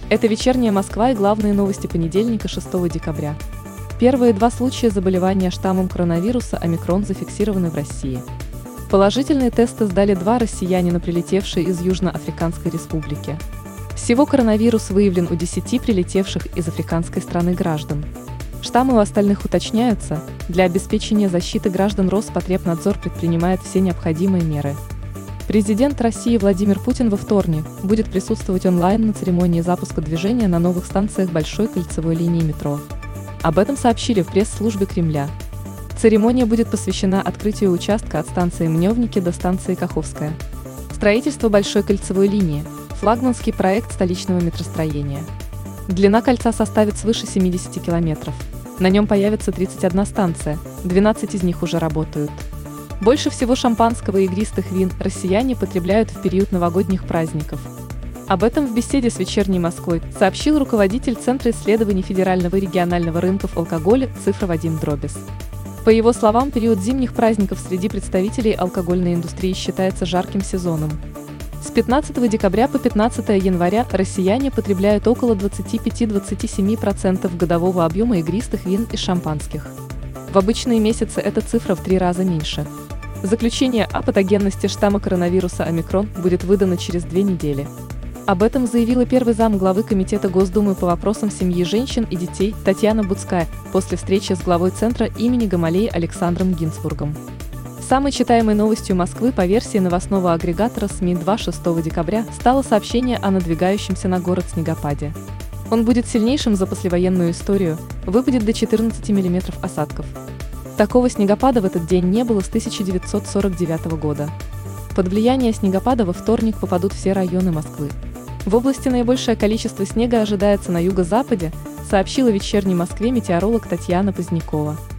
Это «Вечерняя Москва» и главные новости понедельника, 6 декабря. Первые два случая заболевания штаммом коронавируса омикрон зафиксированы в России. Положительные тесты сдали 2 россиянина, прилетевшие из Южноафриканской республики. Всего коронавирус выявлен у 10 прилетевших из африканской страны граждан. Штаммы у остальных уточняются. Для обеспечения защиты граждан Роспотребнадзор предпринимает все необходимые меры. Президент России Владимир Путин во вторник будет присутствовать онлайн на церемонии запуска движения на новых станциях Большой кольцевой линии метро. Об этом сообщили в пресс-службе Кремля. Церемония будет посвящена открытию участка от станции Мневники до станции Каховская. Строительство Большой кольцевой линии – флагманский проект столичного метростроения. Длина кольца составит свыше 70 километров. На нем появится 31 станция, 12 из них уже работают. Больше всего шампанского и игристых вин россияне потребляют в период новогодних праздников. Об этом в беседе с «Вечерней Москвой» сообщил руководитель Центра исследований Федерального и регионального рынков алкоголя «Цифра» Вадим Дробис. По его словам, период зимних праздников среди представителей алкогольной индустрии считается жарким сезоном. С 15 декабря по 15 января россияне потребляют около 25-27% годового объема игристых вин и шампанских. В обычные месяцы эта цифра в 3 раза меньше. Заключение о патогенности штамма коронавируса омикрон будет выдано через 2 недели. Об этом заявила первый зам главы Комитета Госдумы по вопросам семьи, женщин и детей Татьяна Буцкая после встречи с главой Центра имени Гамалеи Александром Гинцбургом. Самой читаемой новостью Москвы по версии новостного агрегатора СМИ-2 6 декабря стало сообщение о надвигающемся на город снегопаде. Он будет сильнейшим за послевоенную историю, выпадет до 14 мм осадков. Такого снегопада в этот день не было с 1949 года. Под влияние снегопада во вторник попадут все районы Москвы. В области наибольшее количество снега ожидается на юго-западе, сообщила «Вечерней Москве» метеоролог Татьяна Позднякова.